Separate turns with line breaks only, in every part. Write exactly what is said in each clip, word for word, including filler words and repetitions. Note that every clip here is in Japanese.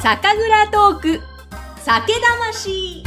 酒蔵トーク酒魂。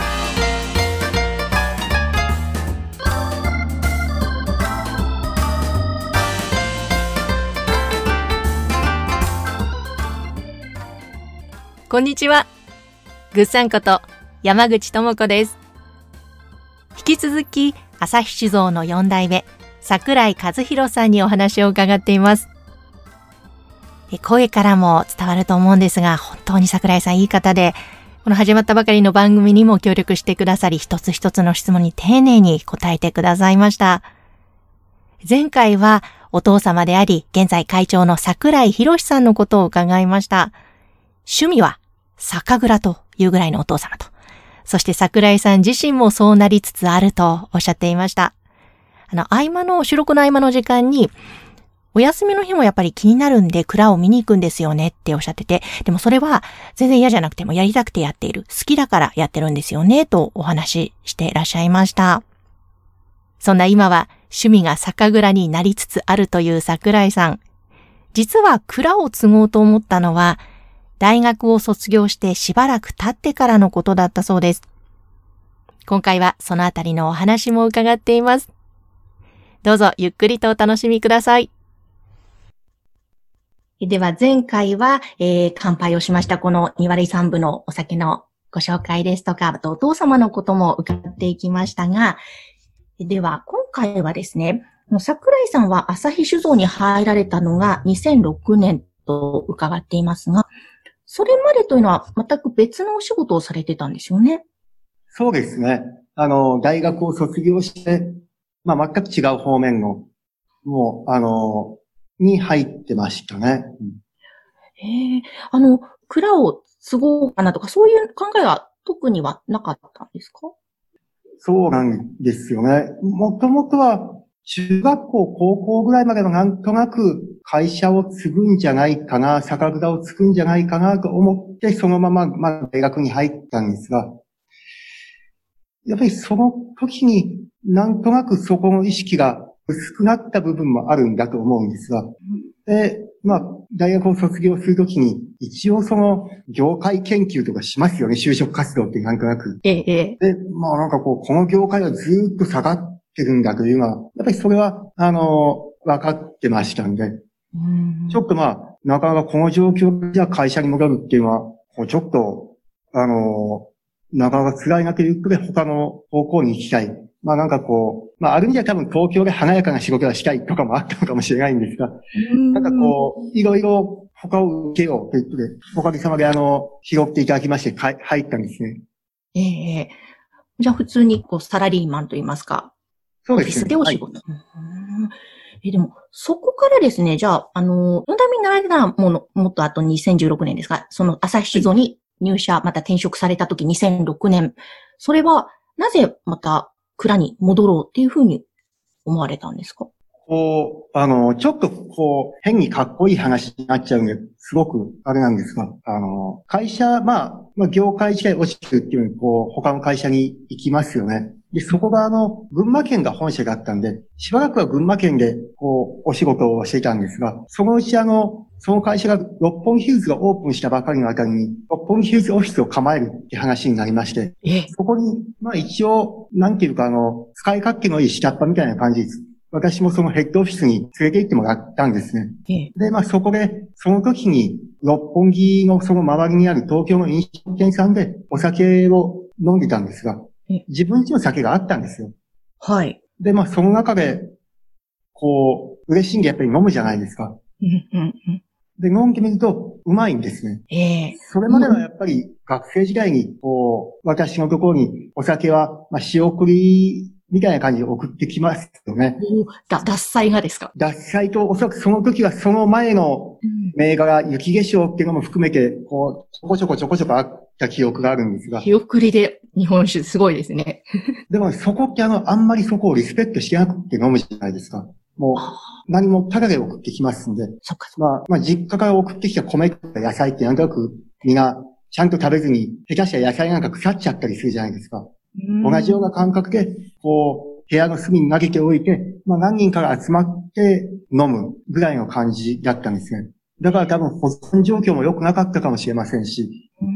こんにちは。ぐっさんこと山口智子です。引き続き旭酒造のよん代目櫻井和弘さんにお話を伺っています。声からも伝わると思うんですが、本当に櫻井さんいい方で、この始まったばかりの番組にも協力してくださり、一つ一つの質問に丁寧に答えてくださいました。前回はお父様であり現在会長の櫻井博さんのことを伺いました。趣味は酒蔵というぐらいのお父様と、そして櫻井さん自身もそうなりつつあるとおっしゃっていました。あの合間の収録の合間の時間に、お休みの日もやっぱり気になるんで蔵を見に行くんですよねっておっしゃってて、でもそれは全然嫌じゃなくてもやりたくてやっている、好きだからやってるんですよねとお話ししていらっしゃいました。そんな今は趣味が酒蔵になりつつあるという櫻井さん。実は蔵を継ごうと思ったのは大学を卒業してしばらく経ってからのことだったそうです。今回はそのあたりのお話も伺っています。どうぞゆっくりとお楽しみください。では前回は、えー、乾杯をしましたこのにわりさんぶのお酒のご紹介ですとか、あとお父様のことも伺っていきましたが、では今回はですね、櫻井さんは旭酒造に入られたのがにせんろくねんと伺っていますが、それまでというのは全く別のお仕事をされてたんですよね。
そうですね。あの、大学を卒業して、まあ全く違う方面の、もう、あの、に入ってましたね。うん、
へえ、あの、蔵を継ごうかなとか、そういう考えは特にはなかったんですか？
そうなんですよね。もともとは、中学校、高校ぐらいまでのなんとなく会社を継ぐんじゃないかな、酒蔵を継ぐんじゃないかなと思って、そのまま、まあ、大学に入ったんですが、やっぱりその時になんとなくそこの意識が薄くなった部分もあるんだと思うんですが、で、まあ、大学を卒業するときに、一応その、業界研究とかしますよね、就職活動ってなんとなく。
ええ。
で、まあなんかこう、この業界はずーっと下がってるんだというのは、やっぱりそれは、あの、分かってましたんで、
うん
ちょっとまあ、なかなかこの状況じゃ会社に戻るっていうのは、こうちょっと、あの、なかなか辛いなということで他の方向に行きたい。まあなんかこう、まあある意味では多分東京で華やかな仕事がしたいとかもあったのかもしれないんですが、なんかこう、いろいろ他を受けようということで、おかげさまであの、拾っていただきまして、入ったんですね。
ええ。じゃあ普通にこうサラリーマンといいますか、
そうですね。
オフィスでお仕事。
はい、
うんえでも、そこからですね、じゃあ、あの、よん代目になられたらもの、もっとあとにせんじゅうろくねんですか、その旭酒造に入社、また転職された時にせんろくねん。それは、なぜまた蔵に戻ろうっていうふうに思われたんですか？
こう、あの、ちょっとこう、変にかっこいい話になっちゃうんで、すごくあれなんですが、あの、会社、まあ、まあ、業界自体落ちてるっていうのに、こう、他の会社に行きますよね。で、そこがあの、群馬県が本社だったんで、しばらくは群馬県で、こう、お仕事をしていたんですが、そのうちあの、その会社が六本木ヒルズがオープンしたばかりのあたりに、六本木ヒルズオフィスを構えるって話になりまして、そこに、まあ一応、なんていうかあの、使い勝手のいい下っ端みたいな感じです。私もそのヘッドオフィスに連れて行ってもらったんですね。で、まあそこで、その時に六本木のその周りにある東京の飲食店さんでお酒を飲んでたんですが、自分家の酒があったんですよ。
はい。
で、まあその中で、こう、嬉しいんでやっぱり飲むじゃないですか。
うんうんうん、
で、飲んでみるとうまいんですね。
ええ。
それまではやっぱり学生時代に、こう、私のところにお酒は、まあ仕送り、みたいな感じで送ってきますよね。
だ、獺祭がですか？
獺祭とおそらくその時はその前の銘柄、うん、雪化粧っていうのも含めて、こう、ちょこちょこちょこちょこあった記憶があるんですが。
日送りで日本酒すごいですね。
でもそこってあの、あんまりそこをリスペクトしてなくて飲むじゃないですか。もう、何もタダで送ってきますんで。
そっかそっか。
まあ、まあ、実家から送ってきた米とか野菜ってなんとなくみんなちゃんと食べずに、下手したら野菜なんか腐っちゃったりするじゃないですか。同じような感覚で、こう、部屋の隅に投げておいて、まあ何人かが集まって飲むぐらいの感じだったんですね。だから多分保存状況も良くなかったかもしれませんし、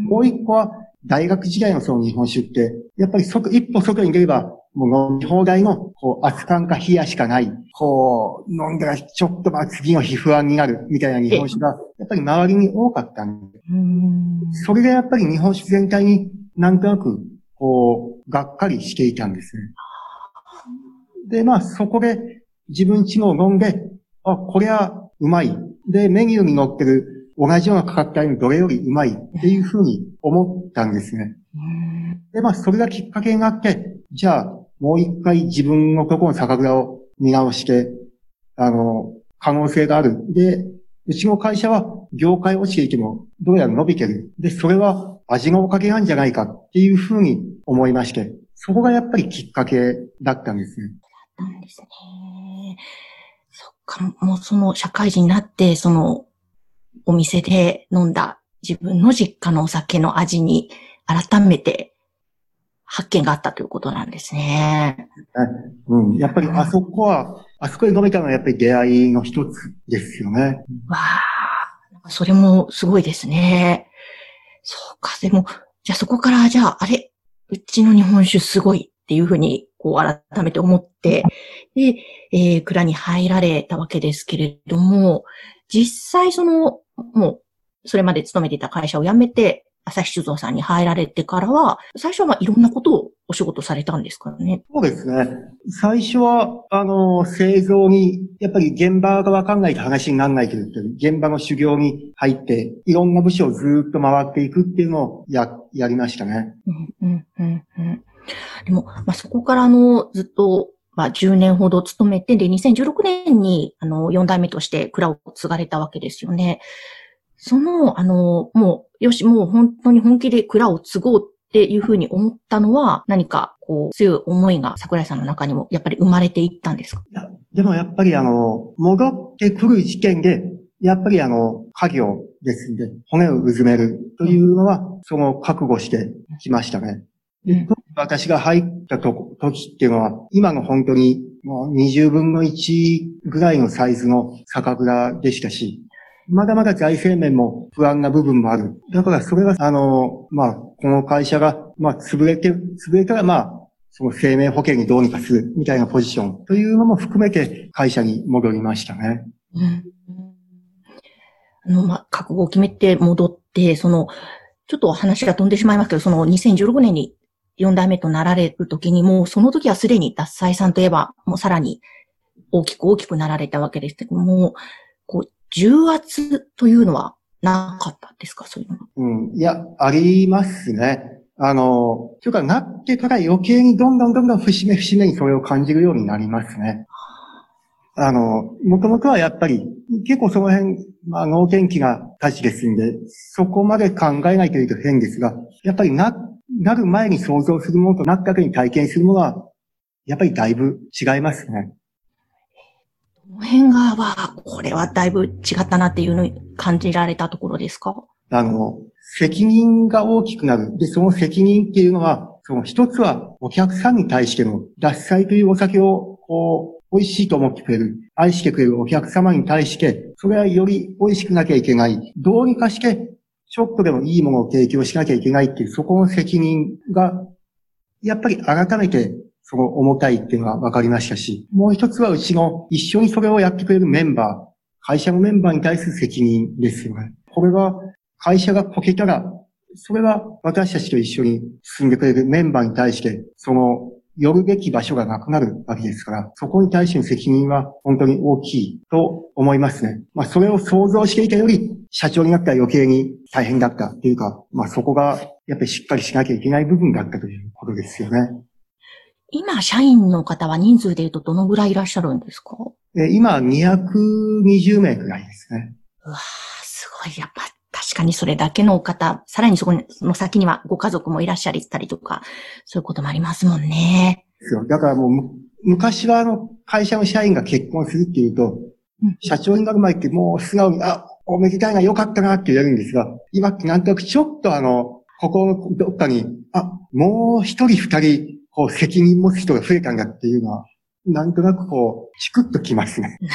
もう一個は、大学時代のその日本酒って、やっぱり外、一歩外に出れば、もう飲み放題の、こう、熱燗か冷やしかない、こう、飲んだらちょっとまあ次の日不安になる、みたいな日本酒が、やっぱり周りに多かったんで。それがやっぱり日本酒全体になんとなく、こう、がっかりしていたんですね。で、まあそこで自分ちのを飲んで、あ、これはうまい。で、メニューに載ってる同じような価格帯のどれよりうまいっていうふうに思ったんですね。で、まあそれがきっかけになって、じゃあもう一回自分のところの酒蔵を見直して、あの、可能性がある。で、うちの会社は業界落ちていてもどうやら伸びてる。で、それは味のおかげなんじゃないかっていうふうに思いまして、そこがやっぱりきっかけだったんですね。
だったんですね。そっか、もうその社会人になって、そのお店で飲んだ自分の実家のお酒の味に改めて発見があったということなんですね。
うん、やっぱりあそこは、あそこで飲めたのはやっぱり出会いの一つですよね。
わあ、それもすごいですね。そうか、でも、じゃあそこからじゃあ、あれ、うちの日本酒すごいっていうふうに、こう改めて思って、で、えー、蔵に入られたわけですけれども、実際その、もう、それまで勤めていた会社を辞めて、朝日酒造さんに入られてからは、最初はまあいろんなことをお仕事されたんですかね。
そうですね。最初は、あの、製造に、やっぱり現場がわかんないと話にならないけど、現場の修行に入って、いろんな部署をずーっと回っていくっていうのをや、やりましたね。
うん、うん、うん、うん。でも、まあ、そこからあの、ずっと、まあ、じゅうねんほど勤めて、で、にせんじゅうろくねんに、あの、よん代目として蔵を継がれたわけですよね。その、あの、もう、よし、もう本当に本気で蔵を継ごうっていうふうに思ったのは、何か、こう、強い思いが桜井さんの中にも、やっぱり生まれていったんですか？
いや、でもやっぱりあの、戻ってくる時点で、やっぱりあの、家業ですんで、骨をうずめるというのは、その覚悟してきましたね。うん、私が入ったと時っていうのは、今の本当にもうにじゅうぶんのいちぐらいのサイズの酒蔵でしたし、まだまだ財政面も不安な部分もある。だからそれは、あの、まあ、この会社が、まあ、潰れて、潰れたら、まあ、その生命保険にどうにかするみたいなポジションというのも含めて会社に戻りましたね。
うん。あの、まあ、覚悟を決めて戻って、その、ちょっと話が飛んでしまいますけど、そのにせんじゅうろくねんによん代目となられる時にもう、その時はすでに獺祭さんといえば、もうさらに大きく大きくなられたわけですけども、こう、重圧というのはなかったですか、そういうのは。
うん。いや、ありますね。あの、というか、なってから余計にどんどんどんどん節目節目にそれを感じるようになりますね。あの、もともとはやっぱり、結構その辺、まあ、脳天気がたちですんで、そこまで考えないというと変ですが、やっぱりな、なる前に想像するものとなった後に体験するものは、やっぱりだいぶ違いますね。
この辺がは、これはだいぶ違ったなっていうのに感じられたところですか？
あの、責任が大きくなる。で、その責任っていうのは、その一つはお客さんに対しての獺祭というお酒を、こう、美味しいと思ってくれる、愛してくれるお客様に対して、それはより美味しくなきゃいけない。どうにかして、ちょっとでもいいものを提供しなきゃいけないっていう、そこの責任が、やっぱり改めて、その重たいっていうのは分かりましたし、もう一つはうちの一緒にそれをやってくれるメンバー、会社のメンバーに対する責任ですよね。これは会社がこけたら、それは私たちと一緒に進んでくれるメンバーに対して、その寄るべき場所がなくなるわけですから、そこに対しての責任は本当に大きいと思いますね。まあそれを想像していたより、社長になったら余計に大変だったっていうか、まあそこがやっぱりしっかりしなきゃいけない部分だったということですよね。
今、社員の方は人数で言うとどのぐらいいらっしゃるんですか？
え今、にひゃくにじゅうめいくらいですね。
うわー、すごい。やっぱ、確かにそれだけの方、さらにそこの先にはご家族もいらっしゃったりとか、そういうこともありますもんね。
だからもう、昔はあの、会社の社員が結婚するっていうと、うん、社長になる前ってもう素直に、あ、おめでたいな、よかったなって言えるんですが、今ってなんとなくちょっとあの、心のどっかに、あ、もう一人二人、こう責任持つ人が増えたんだっていうのは、なんとなくこう、チクッときますね。
なるほ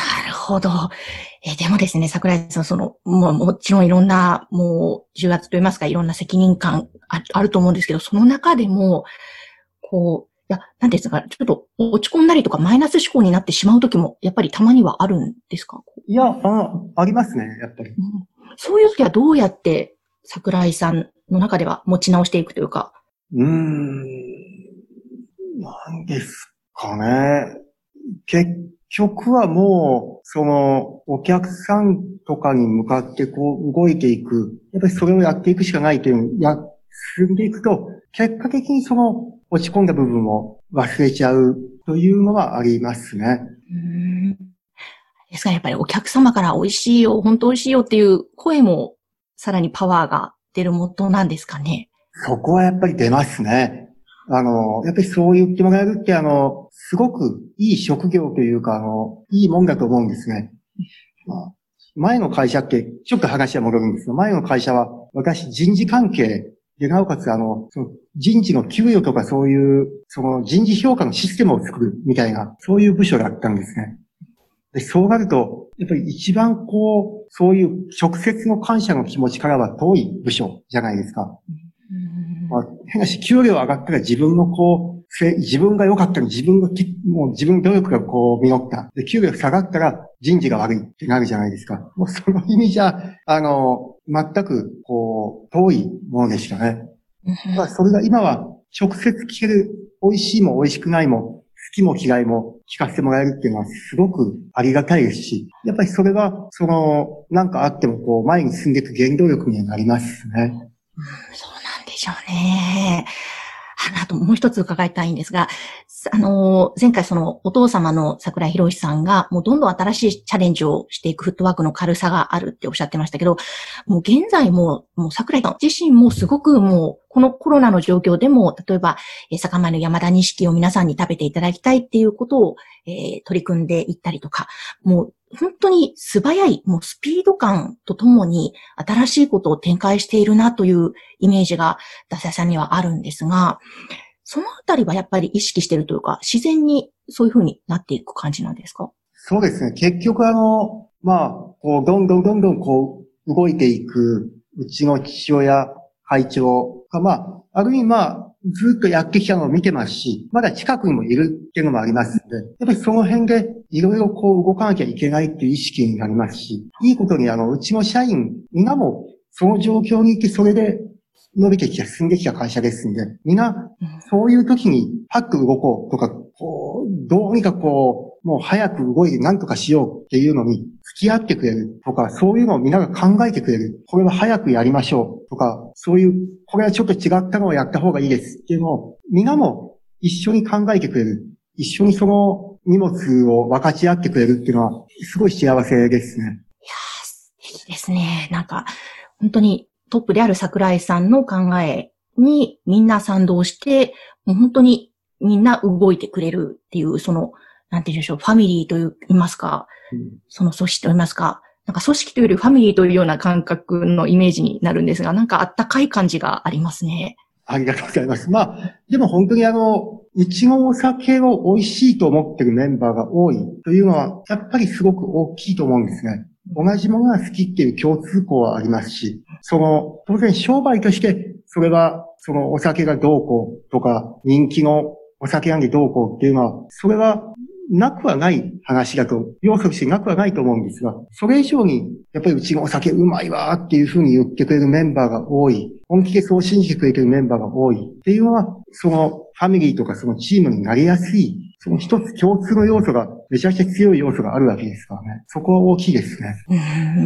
ほど。え、でもですね、桜井さん、その、もう、もちろんいろんな、もう、重圧といいますか、いろんな責任感あ、あると思うんですけど、その中でも、こう、いや、なんですか、ちょっと落ち込んだりとかマイナス思考になってしまう時も、やっぱりたまにはあるんですか？
いや、あ、ありますね、やっぱり。
うん、そういう時はどうやって桜井さんの中では持ち直していくというか。
うーん、なんですかね。結局はもう、その、お客さんとかに向かってこう動いていく。やっぱりそれをやっていくしかないという、や、進んでいくと、結果的にその落ち込んだ部分を忘れちゃうというのはありますね。
うーん、ですからやっぱりお客様から美味しいよ、本当美味しいよっていう声もさらにパワーが出る元なんですかね。
そこはやっぱり出ますね。あの、やっぱりそう言ってもらえるって、あの、すごくいい職業というか、あの、いいもんだと思うんですね。まあ、前の会社って、ちょっと話は戻るんですが、前の会社は、私人事関係で、なおかつ、あの、その人事の給与とかそういう、その人事評価のシステムを作るみたいな、そういう部署だったんですね。で、そうなると、やっぱり一番こう、そういう直接の感謝の気持ちからは遠い部署じゃないですか。まあ、変なし、給料上がったら自分のこう、自分が良かったら自分の、もう自分の努力がこう、実った。で、給料下がったら人事が悪いってなるじゃないですか。もうその意味じゃ、あの、全く、こう、遠いものでしたね。まあ、それが今は直接聞ける、美味しいも美味しくないも、好きも嫌いも聞かせてもらえるっていうのはすごくありがたいですし、やっぱりそれは、その、なんかあってもこう、前に進んでいく原動力にはなりますね。
うん、そうなんでしょうね。あともう一つ伺いたいんですが、あの、前回そのお父様の桜井博さんがもうどんどん新しいチャレンジをしていくフットワークの軽さがあるっておっしゃってましたけど、もう現在も、もう桜井さん自身もすごくもうこのコロナの状況でも、例えば、えー、酒米の山田錦を皆さんに食べていただきたいっていうことを、えー、取り組んでいったりとか、もう本当に素早い、もうスピード感とともに新しいことを展開しているなというイメージがダサさんにはあるんですが、そのあたりはやっぱり意識しているというか、自然にそういう風になっていく感じなんですか？
そうですね。結局あの、まあ、こう、どんどんどんどんこう、動いていく、うちの父親、会長が、まあ、ある意味まあ、ずっとやってきたのを見てますし、まだ近くにもいるっていうのもありますので、やっぱりその辺でいろいろこう動かなきゃいけないっていう意識になりますし、いいことにあの、うちの社員、皆もその状況にいてそれで伸びてきた、進んできた会社ですんで、皆、そういう時にパッと動こうとか、こう、どうにかこう、もう早く動いて何とかしようっていうのに付き合ってくれるとか、そういうのを皆が考えてくれる。これは早くやりましょうとか、そういう、これはちょっと違ったのをやった方がいいですっていうのを、皆も一緒に考えてくれる。一緒にその荷物を分かち合ってくれるっていうのは、すごい幸せですね。いや
ー、素敵ですね。なんか、本当にトップである桜井さんの考えにみんな賛同して、もう本当にみんな動いてくれるっていう、その、なんて言うんでしょう、ファミリーといいますか、うん、その組織といいますか、なんか組織というよりファミリーというような感覚のイメージになるんですが、なんかあったかい感じがありますね。
ありがとうございます。まあ、でも本当にあの、うちのお酒を美味しいと思ってるメンバーが多いというのは、やっぱりすごく大きいと思うんですね。同じものが好きっていう共通項はありますし、その、当然商売として、それは、そのお酒がどうこうとか、人気のお酒なんでどうこうっていうのは、それはなくはない話だと、要素としてなくはないと思うんですが、それ以上に、やっぱりうちのお酒うまいわーっていうふうに言ってくれるメンバーが多い、本気でそう信じてくれてるメンバーが多いっていうのは、そのファミリーとかそのチームになりやすい、その一つ共通の要素が、めちゃくちゃ強い要素があるわけですからね。そこは大きいですね。
うん。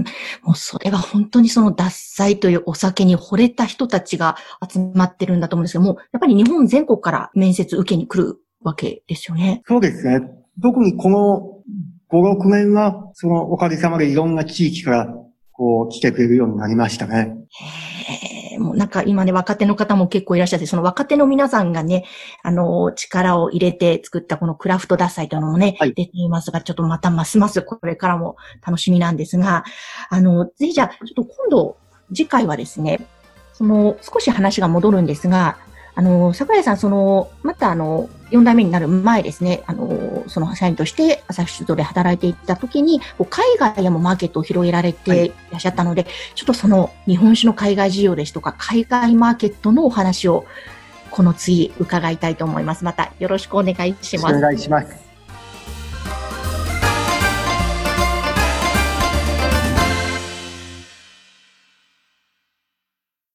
もうそれは本当にその獺祭というお酒に惚れた人たちが集まってるんだと思うんですけども、やっぱり日本全国から面接受けに来るわけですよね。
そうですね。特にこのご、ろくねんは、そのおかげさまでいろんな地域からこう来てくれるようになりましたね。
へー、もうなんか今ね、若手の方も結構いらっしゃって、その若手の皆さんがね、あの、力を入れて作ったこのクラフト獺祭というのもね、はい、出ていますが、ちょっとまたますますこれからも楽しみなんですが、あの、ぜひじゃあ、ちょっと今度、次回はですね、その、少し話が戻るんですが、 あの、桜井さん、その、またあの、よん代目になる前ですね、あの、その社員として朝日酒造で働いていた時に、こう海外へもマーケットを広げられていらっしゃったので、はい、ちょっとその日本酒の海外事業ですとか、海外マーケットのお話を、この次伺いたいと思います。またよろしくお願いします。
お願いします。